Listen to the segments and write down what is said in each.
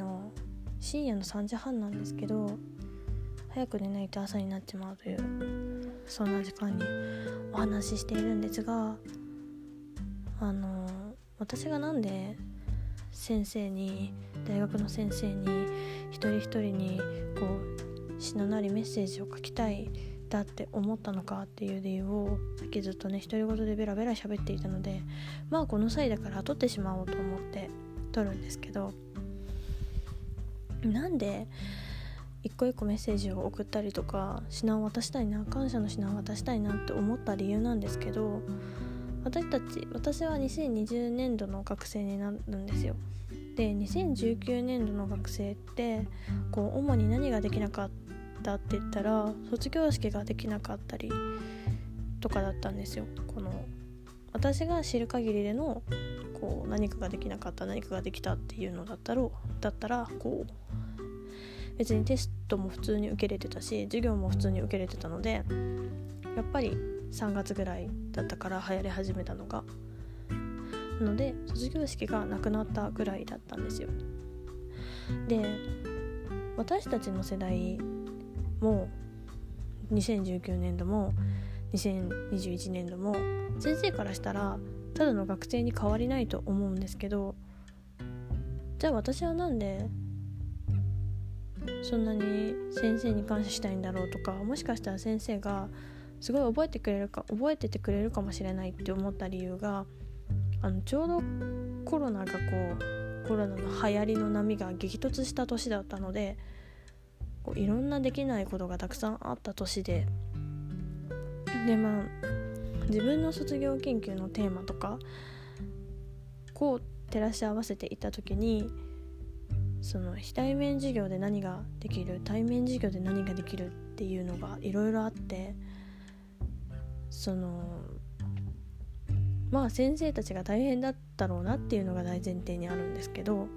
深夜の3時半なんですけど、早く寝ないと朝になっちまうという、そんな時間にお話ししているんですが、私がなんで大学の先生に一人一人に詩のなりメッセージを書きたいだって思ったのかっていう理由をさっきずっとね独り言でベラベラ喋っていたので、この際だから撮ってしまおうと思って撮るんですけど、なんで一個一個メッセージを送ったりとか品を渡したいな、感謝の品を渡したいなって思った理由なんですけど、私は2020年度の学生になるんですよ。で、2019年度の学生って主に何ができなかったって言ったら、卒業式ができなかったりとかだったんですよ。私が知る限りでの何かができなかった、何かができたっていうのだったら別にテストも普通に受けれてたし、授業も普通に受けれてたので、やっぱり3月ぐらいだったから流行り始めたのが、なので卒業式がなくなったぐらいだったんですよ。で、私たちの世代も2019年度も2021年度も先生からしたらただの学生に変わりないと思うんですけど、じゃあ私はなんでそんなに先生に感謝したいんだろうとか、もしかしたら先生がすごい覚えててくれるかもしれないって思った理由が、ちょうどコロナの流行りの波が激突した年だったので、いろんなできないことがたくさんあった年で、自分の卒業研究のテーマとか照らし合わせていった時に、非対面授業で何ができる、対面授業で何ができるっていうのがいろいろあって、先生たちが大変だったろうなっていうのが大前提にあるんですけど、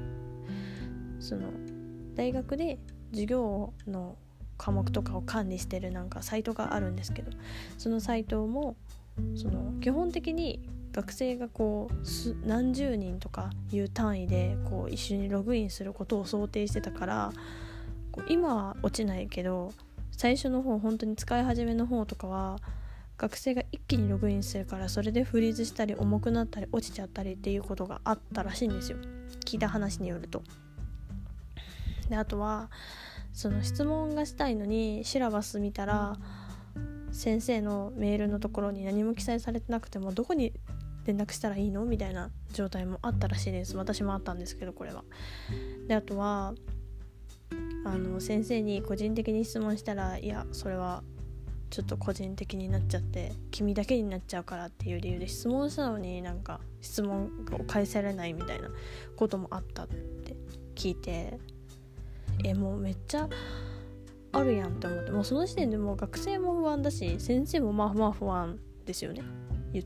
大学で授業の科目とかを管理してるサイトがあるんですけど、そのサイトも基本的に学生が何十人とかいう単位で一緒にログインすることを想定してたから、今は落ちないけど最初の方、本当に使い始めの方とかは学生が一気にログインするから、それでフリーズしたり重くなったり落ちちゃったりっていうことがあったらしいんですよ、聞いた話によると。で、あとは質問がしたいのにシラバス見たら先生のメールのところに何も記載されてなくても、どこに連絡したらいいのみたいな状態もあったらしいです。私もあったんですけど、これは。で、あとは先生に個人的に質問したら、いやそれはちょっと個人的になっちゃって君だけになっちゃうからっていう理由で質問したのに質問を返されないみたいなこともあったって聞いて、もうめっちゃあるやんって思って、もうその時点でもう学生も不安だし先生も不安ですよね、言って。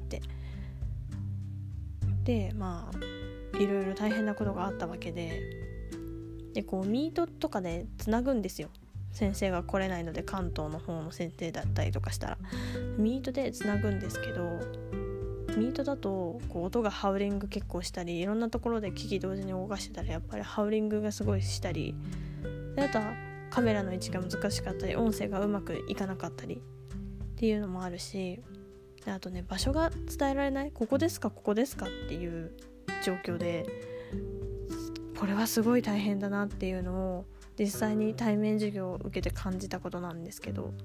で、いろいろ大変なことがあったわけで、ミートとかでつなぐんですよ。先生が来れないので関東の方の先生だったりとかしたらミートでつなぐんですけど、ミートだと音がハウリング結構したり、いろんなところで機器同時に動かしてたらやっぱりハウリングがすごいしたり、であとはカメラの位置が難しかったり、音声がうまくいかなかったりっていうのもあるし、であとね、場所が伝えられない、ここですかっていう状況で、これはすごい大変だなっていうのを実際に対面授業を受けて感じたことなんですけど、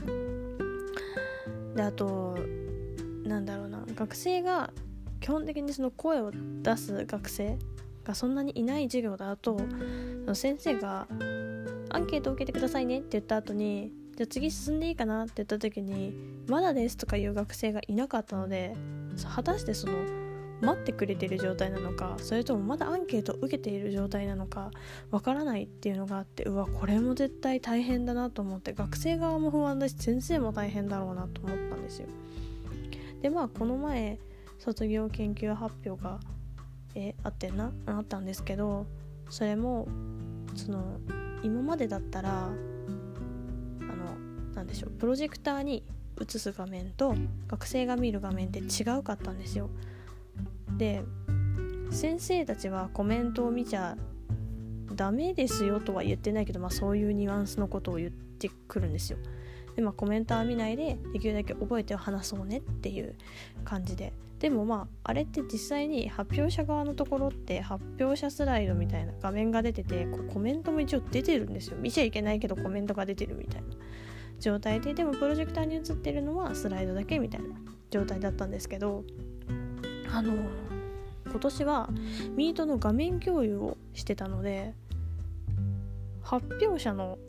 であと学生が基本的にその声を出す学生がそんなにいない授業だと、先生がアンケートを受けてくださいねって言った後に、じゃあ次進んでいいかなって言った時にまだですとかいう学生がいなかったので、果たして待ってくれている状態なのか、それともまだアンケートを受けている状態なのかわからないっていうのがあって、これも絶対大変だなと思って、学生側も不安だし先生も大変だろうなと思ったんですよ。でこの前卒業研究発表があったんですけど、それも今までだったらプロジェクターに映す画面と学生が見る画面って違うかったんですよ。で、先生たちはコメントを見ちゃダメですよとは言ってないけど、そういうニュアンスのことを言ってくるんですよ。でコメントは見ないでできるだけ覚えて話そうねっていう感じで、でもあれって実際に発表者側のところって発表者スライドみたいな画面が出てて、コメントも一応出てるんですよ。見ちゃいけないけどコメントが出てるみたいな状態で、でもプロジェクターに映ってるのはスライドだけみたいな状態だったんですけど、今年はミートの画面共有をしてたので、発表者の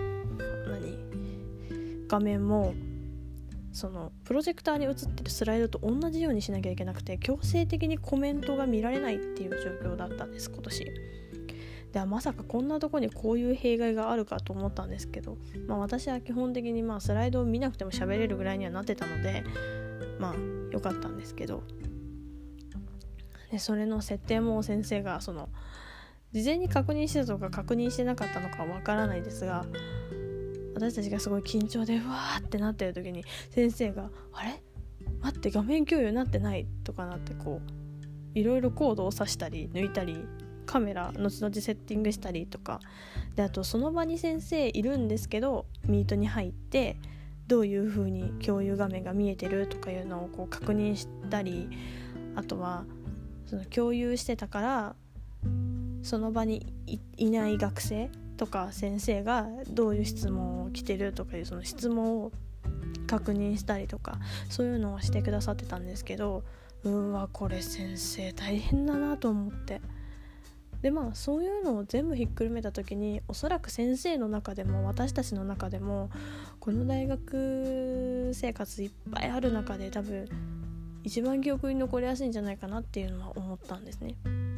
画面もそのプロジェクターに映ってるスライドと同じようにしなきゃいけなくて、強制的にコメントが見られないっていう状況だったんです今年で。まさかこんなとこにこういう弊害があるかと思ったんですけど、私は基本的にスライドを見なくても喋れるぐらいにはなってたので良かったんですけど、でそれの設定も先生が事前に確認してたとか確認してなかったのかわからないですが、私たちがすごい緊張でうわーってなってる時に先生があれ待って画面共有になってないとかなって、いろいろコードを挿したり抜いたりカメラ後々セッティングしたりとかで、あとその場に先生いるんですけどミートに入ってどういう風に共有画面が見えてるとかいうのを確認したり、あとはその共有してたからその場に いない学生とか先生がどういう質問を来てるとかいうその質問を確認したりとか、そういうのをしてくださってたんですけど、これ先生大変だなと思って、でそういうのを全部ひっくるめた時に、おそらく先生の中でも私たちの中でもこの大学生活いっぱいある中で多分一番記憶に残りやすいんじゃないかなっていうのは思ったんですね。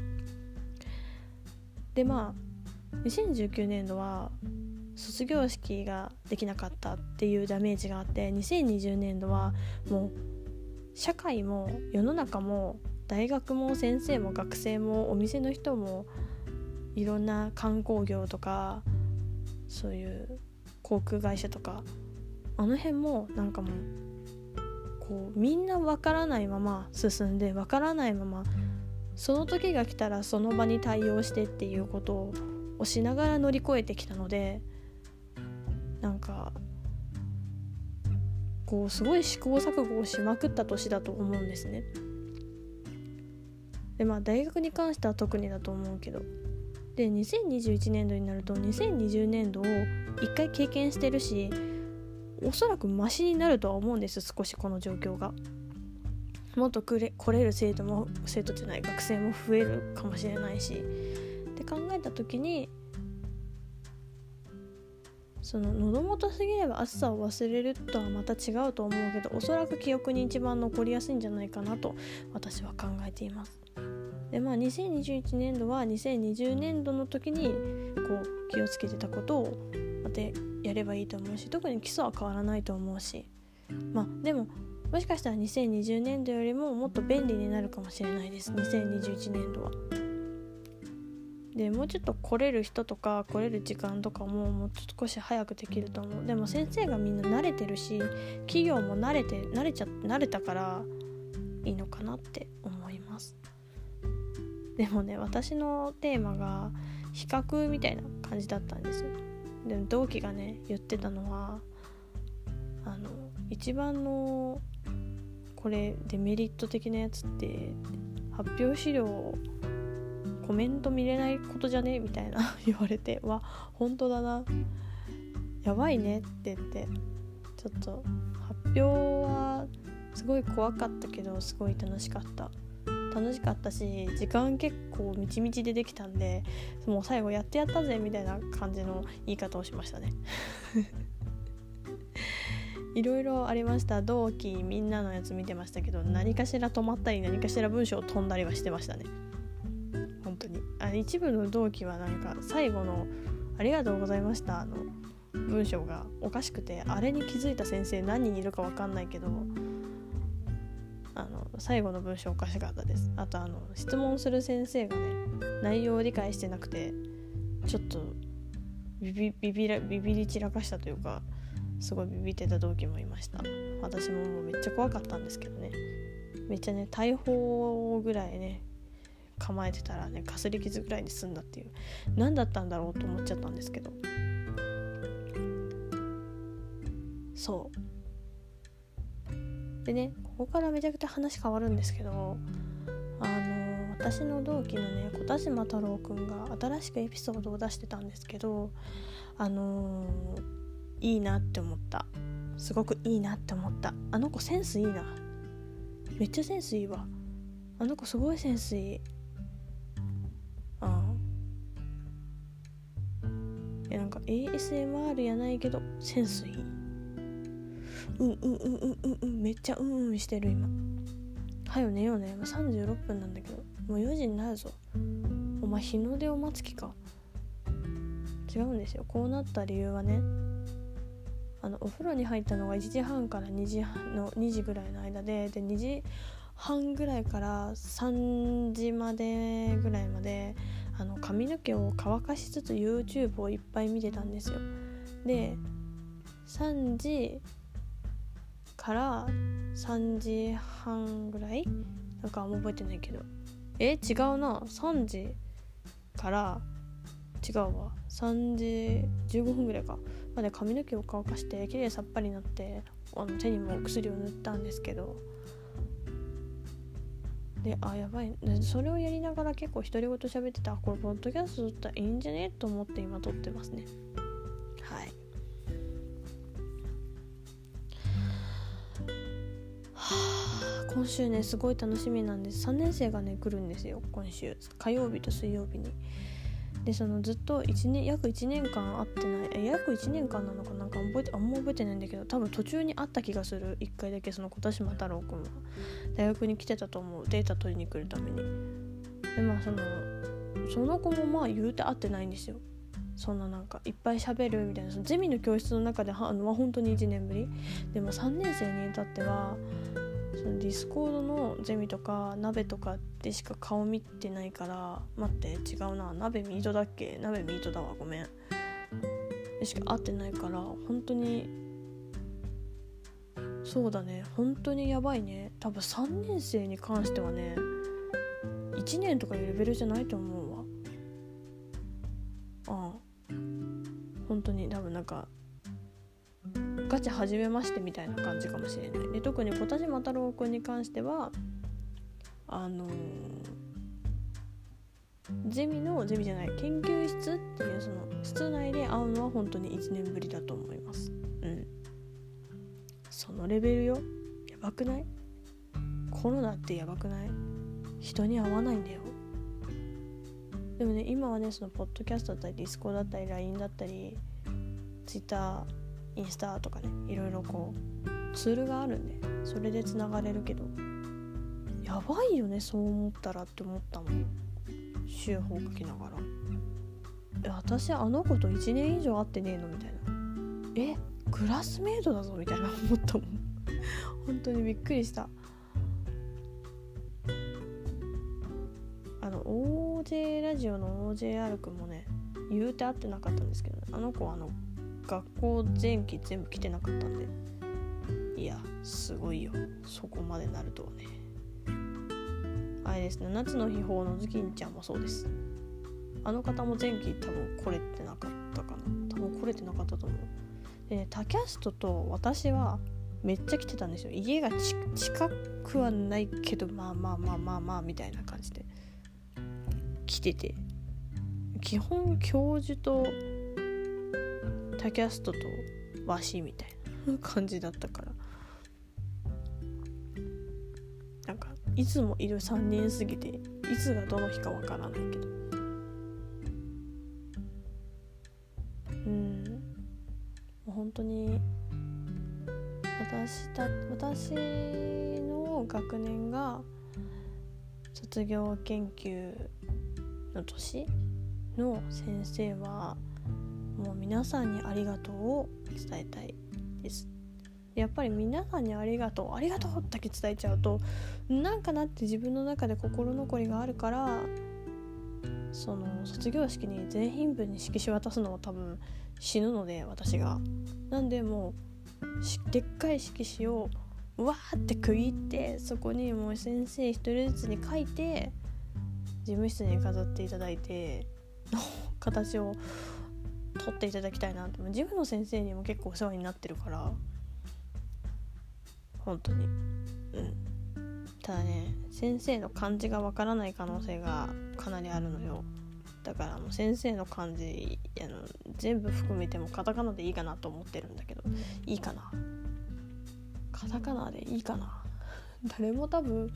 で2019年度は卒業式ができなかったっていうダメージがあって、2020年度はもう社会も世の中も大学も先生も学生もお店の人もいろんな観光業とかそういう航空会社とかあの辺もみんな分からないまま進んで、分からないままその時が来たらその場に対応してっていうことをしながら乗り越えてきたので、すごい試行錯誤をしまくった年だと思うんですね。で大学に関しては特にだと思うけど、で2021年度になると2020年度を一回経験してるし、おそらくマシになるとは思うんです。少しこの状況がもっと来れる学生も増えるかもしれないしって考えた時に、喉元すぎれば暑さを忘れるとはまた違うと思うけど、おそらく記憶に一番残りやすいんじゃないかなと私は考えています。で2021年度は2020年度の時に気をつけてたことをまたやればいいと思うし、特に基礎は変わらないと思うし、でももしかしたら2020年度よりももっと便利になるかもしれないです。2021年度はでもうちょっと来れる人とか来れる時間とかもう少し早くできると思う。でも先生がみんな慣れてるし、企業も慣れたからいいのかなって思います。でもね、私のテーマが比較みたいな感じだったんですよ。でも同期がね言ってたのは一番のこれデメリット的なやつって発表資料コメント見れないことじゃねみたいな言われて、本当だな、やばいねって言って、ちょっと発表はすごい怖かったけどすごい楽しかったし、時間結構みちみちでできたんで、もう最後やったぜみたいな感じの言い方をしましたねいろいろありました。同期みんなのやつ見てましたけど、何かしら止まったり何かしら文章を飛んだりはしてましたね。本当に一部の同期は最後のありがとうございました文章がおかしくて、あれに気づいた先生何人いるか分かんないけど最後の文章おかしかったです。あと質問する先生がね内容を理解してなくてちょっとビビり散らかしたというか、すごいビビってた同期もいました。私ももうめっちゃ怖かったんですけどね、めっちゃね大砲ぐらいね構えてたらね、かすり傷ぐらいで済んだっていう、何だったんだろうと思っちゃったんですけど、そうでね、ここからめちゃくちゃ話変わるんですけど、私の同期のね、小田島太郎くんが新しくエピソードを出してたんですけど、いいなって思った。すごくいいなって思った。あの子センスいいな。めっちゃセンスいいわ。あの子すごいセンスいい。なんか ASMR やないけどセンスいい。めっちゃしてる今。はよ寝ようね。36分なんだけど、もう4時になるぞ。お前日の出を待つ気か。違うんですよ。こうなった理由はね、お風呂に入ったのが1時半から2時ぐらいの間で2時半ぐらいから3時までぐらいまで髪の毛を乾かしつつ YouTube をいっぱい見てたんですよ。で3時から3時半ぐらいなんかあんま覚えてないけど、違うな、3時から違うわ、3時15分ぐらいかまで髪の毛を乾かしてきれいさっぱりになって、手にもお薬を塗ったんですけど、でやばい、それをやりながら結構独り言喋ってた。これポッドキャスト撮ったらいいんじゃねと思って今撮ってますね。はい。今週ねすごい楽しみなんです。3年生がね来るんですよ、今週火曜日と水曜日に。でずっと約1年間会ってない、約1年間なのかなんかあんま覚えてないんだけど、多分途中に会った気がする。1回だけその小田島太郎くんは大学に来てたと思う、データ取りに来るために。でその子も言うて会ってないんですよ。そんななんかいっぱい喋るみたいな、そのゼミの教室の中で本当に1年ぶりでも3年生に至ってはそのディスコードのゼミとか鍋とかでしか顔見てないから、待って違うな、鍋ミートだっけ、鍋ミートだわ、ごめんでしか会ってないから、本当にそうだね、本当にやばいね。多分3年生に関してはね1年とかいうレベルじゃないと思うわ。本当に多分なんかガチ初めましてみたいな感じかもしれない。で特に小田島太郎くんに関してはゼミじゃない研究室っていうその室内で会うのは本当に1年ぶりだと思います。そのレベルよ。やばくない？コロナってやばくない？人に会わないんだよ。でもね今はねそのポッドキャストだったりディスコだったり LINE だったり Twitter、インスタとかね、いろいろこうツールがあるんでそれでつながれるけど、やばいよねそう思ったらって思ったもん。週報書きながら私あの子と1年以上会ってねえのみたいな、クラスメイトだぞみたいな思ったもん本当にびっくりした。OJ ラジオの OJR くんもね言うて会ってなかったんですけど、ね、あの子は学校前期全部来てなかったんで、いやすごいよ、そこまでなるとはね。あれですね、夏の秘宝のズキンちゃんもそうです。あの方も前期多分来れてなかったかな、多分来れてなかったと思う。でね、他キャストと私はめっちゃ来てたんですよ。家が近くはないけどまあみたいな感じで来てて、基本教授と他キャストとわしみたいな感じだったから、なんかいつもいる3人すぎていつがどの日かわからないけど、もう本当に私の学年が卒業研究の年の先生はもう皆さんにありがとうを伝えたいです。やっぱり皆さんにありがとうだけ伝えちゃうとなんかなって自分の中で心残りがあるから、その卒業式に全員分に色紙渡すのは多分死ぬので、私がなんでもうでっかい色紙をわーって区切って、そこにもう先生一人ずつに書いて事務室に飾っていただいての形を取っていただきたいなと。ジムの先生にも結構お世話になってるから本当に、ただね先生の漢字がわからない可能性がかなりあるのよ。だからもう先生の漢字全部含めてもカタカナでいいかなと思ってるんだけど、いいかな、カタカナでいいかな。誰も多分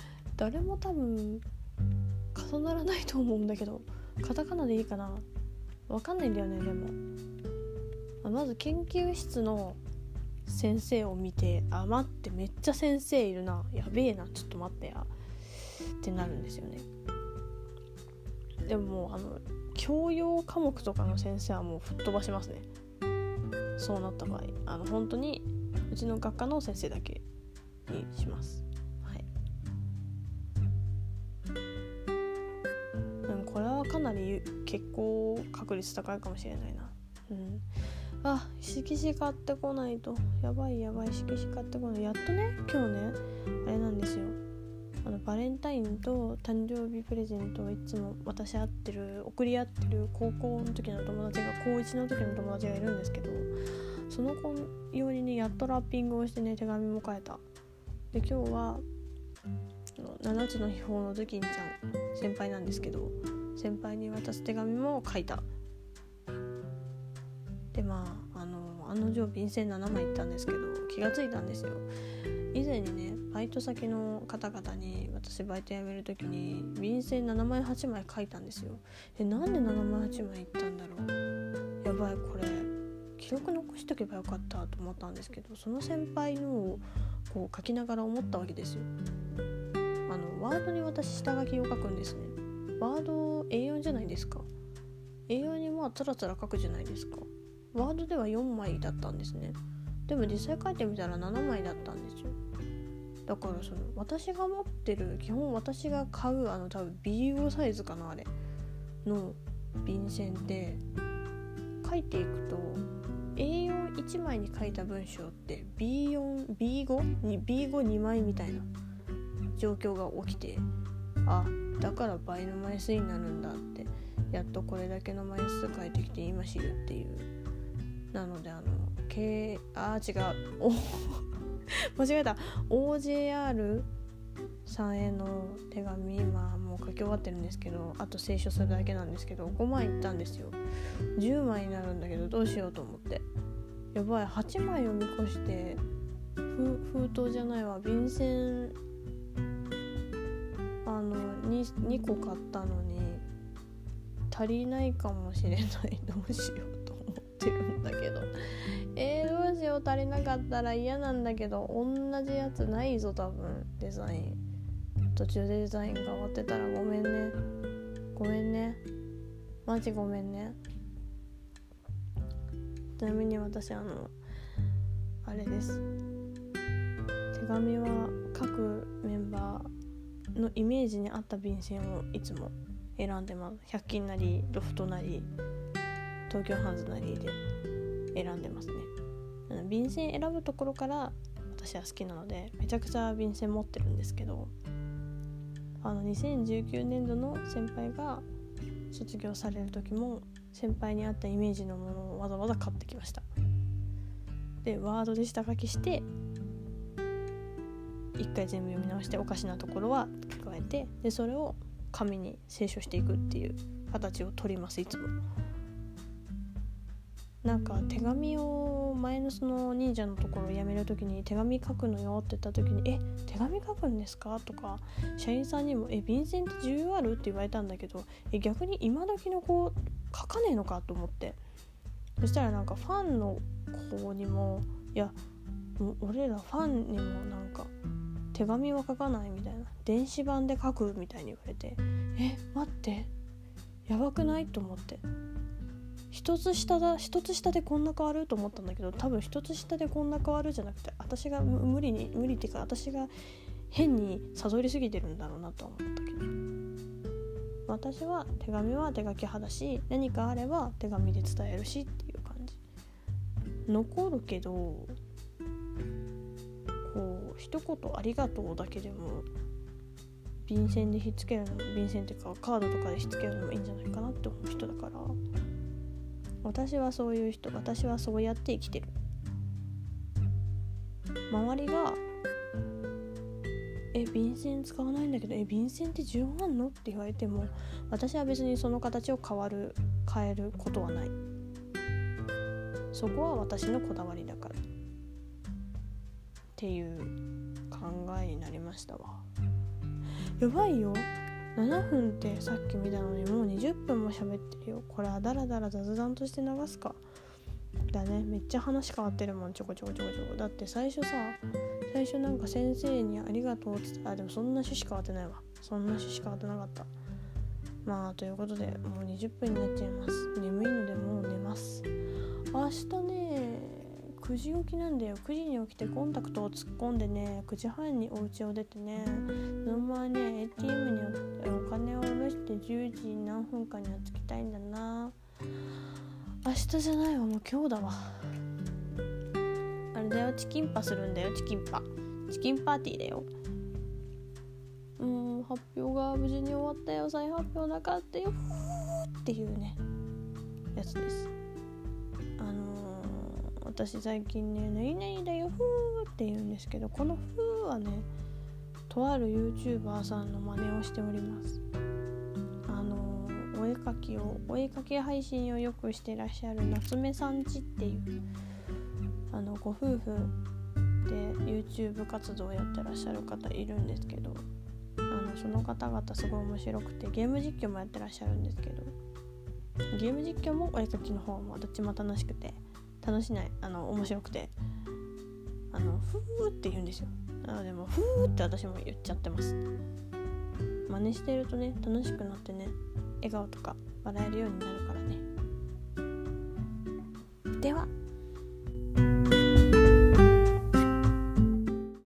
重ならないと思うんだけど、カタカナでいいかな、わかんないんだよね。でもまず研究室の先生を見て、待ってめっちゃ先生いるな、やべえな、ちょっと待ってやってなるんですよね。でももう教養科目とかの先生はもう吹っ飛ばしますね。そうなった場合本当にうちの学科の先生だけにします。はい。でもこれはかなり結構確率高いかもしれないな。色紙買ってこないとやばい、色紙買ってこない。やっとね今日ねあれなんですよ、バレンタインと誕生日プレゼントをいつも私送り合ってる高校の時の友達が、高1の時の友達がいるんですけど、その子用にねやっとラッピングをしてね手紙も書いた。で今日は7つの秘宝のズキンちゃん先輩なんですけど、先輩に渡す手紙も書いた。で案の定便箋7枚いったんですけど、気がついたんですよ。以前にねバイト先の方々に私バイト辞めるときに便箋7枚8枚書いたんですよ。なんで7枚8枚いったんだろう、やばい、これ記録残しとけばよかったと思ったんですけど、その先輩のをこう書きながら思ったわけですよ。ワードに私下書きを書くんですね。ワード A4 じゃないですか。 A4 につらつら書くじゃないですか。ワードでは4枚だったんですね。でも実際書いてみたら7枚だったんですよ。だから私が持ってる、基本私が買う多分 B5 サイズかな、あれの便箋って書いていくと A41 枚に書いた文章って B5 枚みたいな状況が起きて、だから倍の枚数になるんだって、やっとこれだけの枚数書いてきて今知るっていう。なので違う間違えた。 OJR さんへの手紙今もう書き終わってるんですけど、あと清書するだけなんですけど、5枚いったんですよ。10枚になるんだけどどうしようと思って、やばい、8枚を見越して封筒じゃないわ、便箋2個買ったのに足りないかもしれない。どうしようと思ってるんだけど、どうしよう、足りなかったら嫌なんだけど、同じやつないぞ多分。デザイン途中でデザインが終わってたらごめんねマジごめんね。ちなみに私あれです、手紙は各メンバーのイメージに合った便箋をいつも選んでます。100均なりロフトなり東京ハンズなりで選んでますね。便箋選ぶところから私は好きなのでめちゃくちゃ便箋持ってるんですけど、2019年度の先輩が卒業される時も先輩に合ったイメージのものをわざわざ買ってきました。でワードで下書きして一回全部読み直しておかしなところは加えて、でそれを紙に清書していくっていう形を取ります。いつもなんか手紙を前のその忍者のところを辞めるときに手紙書くのよって言ったときに手紙書くんですかとか、社員さんにも便箋って重要あるって言われたんだけど逆に今時の子書かねえのかと思って、そしたらなんかファンの子にも俺らファンにもなんか手紙は書かないみたいな、電子版で書くみたいに言われて待ってやばくないと思って、一つ下でこんな変わると思ったんだけど、多分一つ下でこんな変わるじゃなくて私が無理っていうか私が変に悟りすぎてるんだろうなとは思ったけど、私は手紙は手書き派だし何かあれば手紙で伝えるしっていう感じ。残るけどこう一言ありがとうだけでも便箋でひっつけるのも、便箋っていうかカードとかでひっつけるのもいいんじゃないかなって思う人だから、私はそういう人、私はそうやって生きてる。周りが便箋使わないんだけど便箋って需要あんのって言われても、私は別にその形を変えることはない。そこは私のこだわりだからっていう考えになりましたわ。やばいよ、7分ってさっき見たのにもう20分も喋ってるよ。これはだらだら雑談として流すかだね。めっちゃ話変わってるもん、ちょこちょこ。だって最初なんか先生にありがとうって言ったら、でもそんな趣旨変わってないわ。そんな趣旨変わってなかった。まあということでもう20分になっちゃいます。眠いのでもう寝ます。明日ね9時起きなんだよ。9時に起きてコンタクトを突っ込んでね、9時半にお家を出てね、そのままね ATM にお金を下ろして10時何分かには着きたいんだな。明日じゃないわ、もう今日だわ。あれだよ、チキンパするんだよ。チキンパーティーだよ。発表が無事に終わったよ。再発表なかったよっていうねやつです。私最近ね何々だよって言うんですけど、このはねとある YouTuber さんの真似をしております。お絵描き配信をよくしてらっしゃる夏目さんちっていうご夫婦で YouTube 活動をやってらっしゃる方いるんですけど、その方々すごい面白くて、ゲーム実況もやってらっしゃるんですけど、ゲーム実況もお絵描きの方もどっちも面白くてふーって言うんですよ。でもふーって私も言っちゃってます。真似してるとね楽しくなってね、笑顔とか笑えるようになるからね。では。